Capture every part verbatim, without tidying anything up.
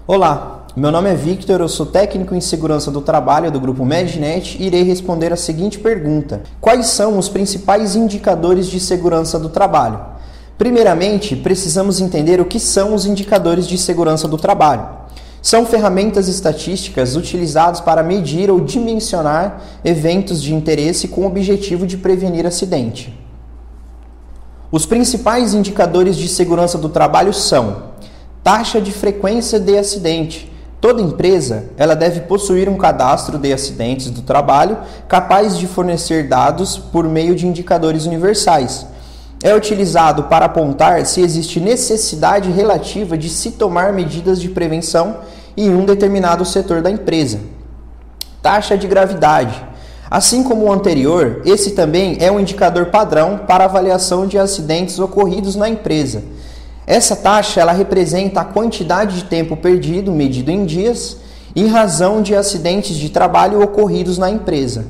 Olá, meu nome é Victor, eu sou técnico em segurança do trabalho do grupo Medinet e irei responder a seguinte pergunta: quais são os principais indicadores de segurança do trabalho? Primeiramente, precisamos entender o que são os indicadores de segurança do trabalho. São ferramentas estatísticas utilizadas para medir ou dimensionar eventos de interesse com o objetivo de prevenir acidente. Os principais indicadores de segurança do trabalho são: taxa de frequência de acidente. Toda empresa ela deve possuir um cadastro de acidentes do trabalho capaz de fornecer dados por meio de indicadores universais. É utilizado para apontar se existe necessidade relativa de se tomar medidas de prevenção em um determinado setor da empresa. Taxa de gravidade. Assim como o anterior, esse também é um indicador padrão para avaliação de acidentes ocorridos na empresa. Essa taxa ela representa a quantidade de tempo perdido, medido em dias, em razão de acidentes de trabalho ocorridos na empresa.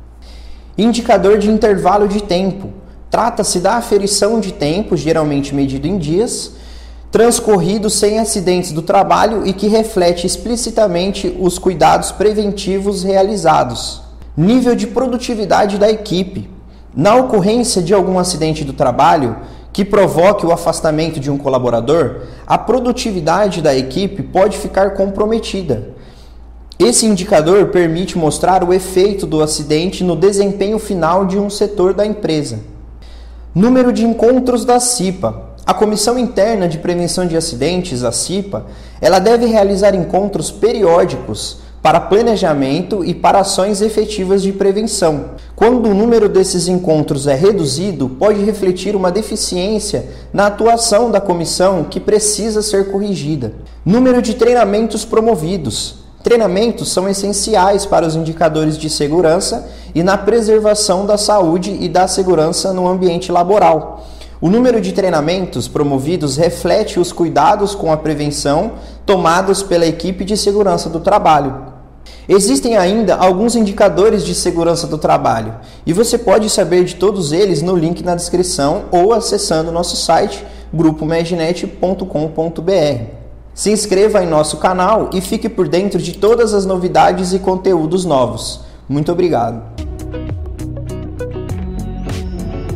Indicador de intervalo de tempo. Trata-se da aferição de tempo, geralmente medido em dias, transcorridos sem acidentes do trabalho e que reflete explicitamente os cuidados preventivos realizados. Nível de produtividade da equipe. Na ocorrência de algum acidente do trabalho que provoque o afastamento de um colaborador, a produtividade da equipe pode ficar comprometida. Esse indicador permite mostrar o efeito do acidente no desempenho final de um setor da empresa. Número de encontros da C I P A. A Comissão Interna de Prevenção de Acidentes, a C I P A, ela deve realizar encontros periódicos para planejamento e para ações efetivas de prevenção. Quando o número desses encontros é reduzido, pode refletir uma deficiência na atuação da comissão que precisa ser corrigida. Número de treinamentos promovidos. Treinamentos são essenciais para os indicadores de segurança e na preservação da saúde e da segurança no ambiente laboral. O número de treinamentos promovidos reflete os cuidados com a prevenção tomados pela equipe de segurança do trabalho. Existem ainda alguns indicadores de segurança do trabalho e você pode saber de todos eles no link na descrição ou acessando nosso site grupo medinet ponto com ponto br. Se inscreva em nosso canal e fique por dentro de todas as novidades e conteúdos novos. Muito obrigado!